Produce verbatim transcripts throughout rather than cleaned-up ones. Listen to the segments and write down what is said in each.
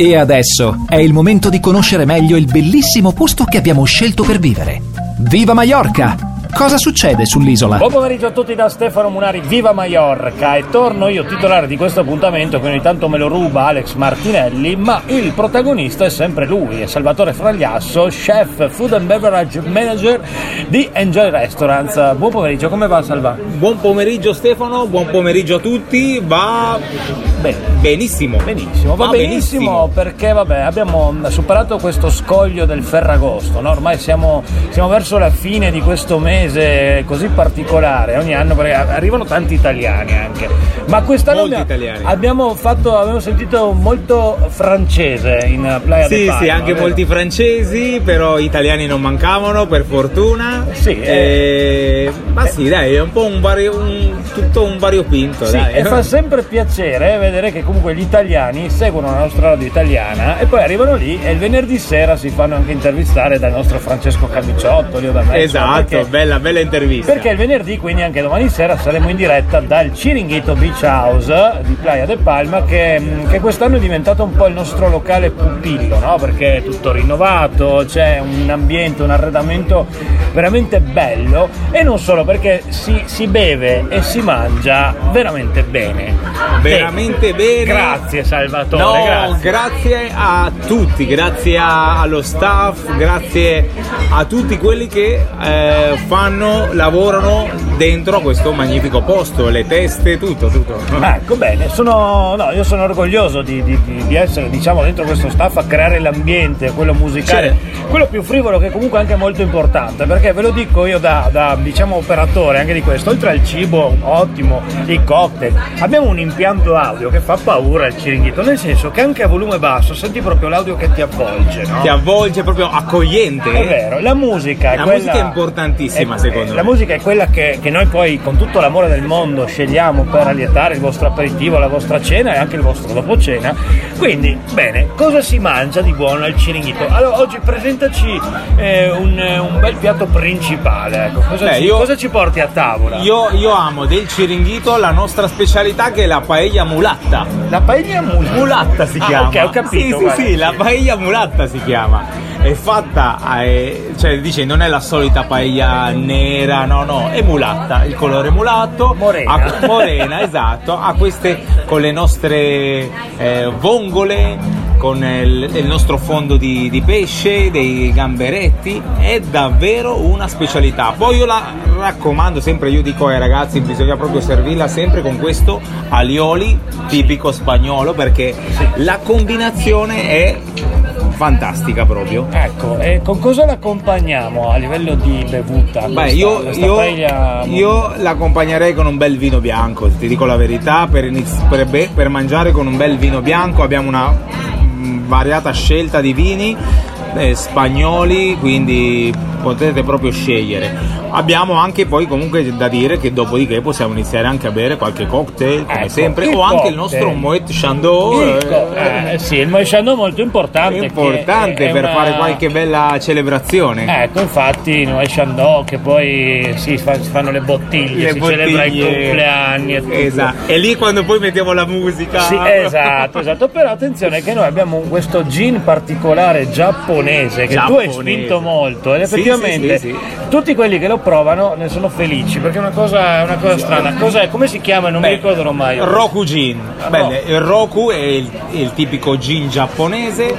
E adesso è il momento di conoscere meglio il bellissimo posto che abbiamo scelto per vivere. Viva Maiorca! Cosa succede sull'isola? Buon pomeriggio a tutti da Stefano Munari, viva Maiorca! E torno io titolare di questo appuntamento che ogni tanto me lo ruba Alex Martinelli, ma il protagonista è sempre lui, è Salvatore Fragliasso, chef, food and beverage manager di Enjoy Restaurants. Buon pomeriggio, come va Salva? Buon pomeriggio Stefano, buon pomeriggio a tutti, va bene. Benissimo. Benissimo, va, va benissimo, benissimo perché vabbè, abbiamo superato questo scoglio del Ferragosto, no? Ormai siamo, siamo verso la fine di questo mese così particolare ogni anno, perché arrivano tanti italiani anche, ma quest'anno molti abbiamo, italiani. abbiamo fatto abbiamo sentito molto francese in Playa sì, de Palma. Sì, anche vero? Molti francesi, però italiani non mancavano per fortuna. Sì, e... Eh, ma sì, dai, è un po' un vario, un, tutto un variopinto. Sì, dai. E fa sempre piacere vedere che comunque gli italiani seguono la nostra radio italiana e poi arrivano lì e il venerdì sera si fanno anche intervistare dal nostro Francesco Camiciotto, lì da me. Esatto, perché, bella bella intervista. Perché il venerdì, quindi anche domani sera, saremo in diretta dal Chiringuito Beach House di Playa de Palma, che, che quest'anno è diventato un po' il nostro locale pupillo, no? Perché è tutto rinnovato, c'è un ambiente, un arredamento veramente bello, e non solo, perché si, si beve e si mangia veramente bene. Veramente bene. Grazie Salvatore. No, grazie. grazie a tutti, grazie a, allo staff, grazie a tutti quelli che eh, fanno, lavorano dentro a questo magnifico posto, le teste, tutto, tutto. Ecco, bene, sono, no, io sono orgoglioso di, di, di essere, diciamo, dentro questo staff a creare l'ambiente, quello musicale, C'è. quello più frivolo, che comunque è anche molto importante, perché ve lo dico io da, da diciamo operatore anche di questo, oltre al cibo ottimo, i cocktail, abbiamo un impianto audio che fa paura al Chiringuito, nel senso che anche a volume basso senti proprio l'audio che ti avvolge, no? Ti avvolge, proprio accogliente. È vero, la musica è la quella, musica è importantissima, è, secondo la me. La musica è quella che, che noi poi con tutto l'amore del mondo scegliamo per allietare il vostro aperitivo, la vostra cena e anche il vostro dopo cena. Quindi, bene, cosa si mangia di buono al Chiringuito? Allora, oggi presentaci eh, un, un bel piatto principale, ecco. Cosa, Beh, ci, io, cosa ci porti a tavola? Io, io amo del Chiringuito la nostra specialità, che è la paella mulatta. La paella mulatta? Mulatta si ah, chiama. Ok, ho capito. Sì, sì, sì, la paella mulatta si chiama. È fatta, eh, cioè dice, non è la solita paella nera, no, no, è mulatta, il colore mulatto. Morena. Ha, morena, esatto, ha queste con le nostre eh, vongole, con il, il nostro fondo di, di pesce, dei gamberetti, è davvero una specialità. Poi io la raccomando sempre, io dico ai ragazzi, bisogna proprio servirla sempre con questo alioli tipico spagnolo, perché la combinazione è fantastica proprio. Ecco, e con cosa l'accompagniamo a livello di bevuta? Beh, questa, io, questa io, paella... io l'accompagnerei con un bel vino bianco, ti dico la verità, per, iniz- per, be- per mangiare con un bel vino bianco. Abbiamo una mh, variata scelta di vini eh, spagnoli, quindi potete proprio scegliere. Abbiamo anche poi comunque da dire che dopodiché possiamo iniziare anche a bere qualche cocktail, come ecco, sempre, o cocktail. anche il nostro Moet Chandon. Il co- eh, sì, il Moet Chandon molto importante. È importante è, è per una... fare qualche bella celebrazione. Ecco, infatti il Moet Chandon, che poi si, fa, si fanno le bottiglie, Le si bottiglie. celebra i compleanni e tutto. Esatto. E lì quando poi mettiamo la musica. Sì, esatto, esatto. Però attenzione che noi abbiamo questo gin particolare giapponese che Giapponese. tu hai spinto molto, ed Sì, effettivamente sì, sì, sì. tutti quelli che lo provano ne sono felici, perché è una cosa, è una cosa strana. Cos'è? Come si chiama? Non Beh, mi ricorderò mai. Roku Gin. Ro- Beh, il Roku è il, il tipico gin giapponese,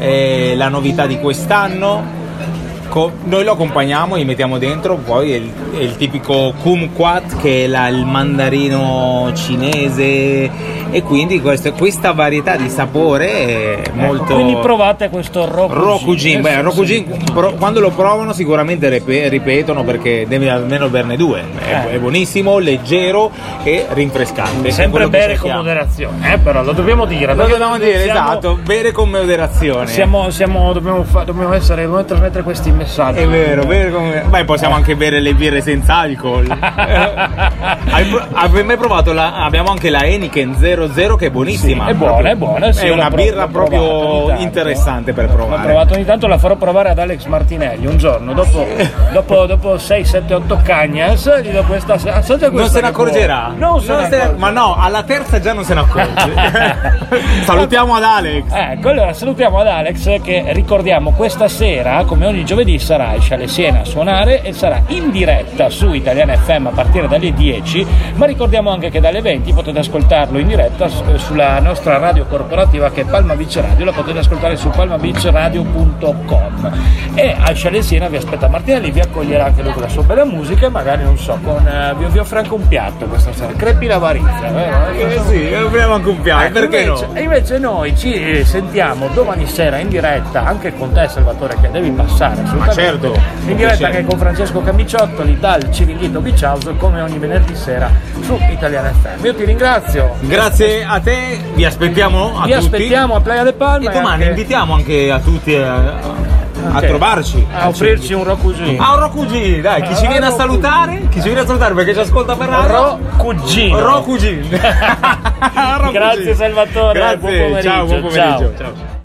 è la novità di quest'anno. Co- noi lo accompagniamo e mettiamo dentro poi il, il tipico kumquat, che è la, il mandarino cinese, e quindi questo, questa varietà di sapore è Ecco, molto. quindi provate questo Roku, Roku Gin. Beh, Sì, Roku sì. Gin pro- quando lo provano sicuramente rep- ripetono, perché devi almeno berne due. È, Eh. è buonissimo, leggero e rinfrescante. Sempre Quello che bere con cerchiamo. moderazione, eh, però lo dobbiamo dire. Lo perché dobbiamo dire, siamo- esatto, bere con moderazione. Siamo, siamo, dobbiamo, fa, dobbiamo, essere, dobbiamo trasmettere questi messaggio. È vero, vero come... Beh, possiamo anche bere le birre senza alcol. Hai, pro... Hai mai provato la... Abbiamo anche la Heineken zero zero che è buonissima. Sì, è buona, proprio... è buona. Sì, è una l'ho birra l'ho proprio interessante per provare. L'ho provato ogni tanto, la farò provare ad Alex Martinelli un giorno. Dopo, dopo, dopo sei sette otto cagnas, gli do questa. Assaggia questa. Non se ne accorgerà. Non se non ne se... accorge. Ma no, alla terza già non se ne accorge. Salutiamo ad Alex. Ecco, allora salutiamo ad Alex che ricordiamo questa sera, come ogni giovedì, sarà a Siena a suonare e sarà in diretta su Italiana F M a partire dalle dieci, ma ricordiamo anche che dalle venti potete ascoltarlo in diretta sulla nostra radio corporativa che è Palma Beach Radio, la potete ascoltare su palma beach radio punto com. E a Siena vi aspetta Martinelli, vi accoglierà anche lui con la sua bella musica e magari, non so, con uh, vi, vi offre anche un piatto questa sera, crepi la varizia, vero? Eh sì, offriamo anche un piatto, Ecco, perché invece, no? E invece noi ci sentiamo domani sera in diretta anche con te Salvatore, che devi passare assolutamente. Ma certo, In diretta piacere. anche con Francesco Camiciottoli dal Ciringhito Beach House come ogni venerdì sera su Italiana F M. Io ti ringrazio. Grazie a te, vi aspettiamo a Vi tutti. aspettiamo a Playa de Palma E domani anche invitiamo anche a tutti a, a, a Ok. trovarci. a offrirci un Rocugino. Ah, un Rocugino, dai, chi ci viene a salutare? Chi ci viene a salutare perché ci ascolta per radio? Rocugino. Rocugino. Grazie Salvatore, Grazie, buon pomeriggio. ciao, buon pomeriggio. Ciao. Ciao.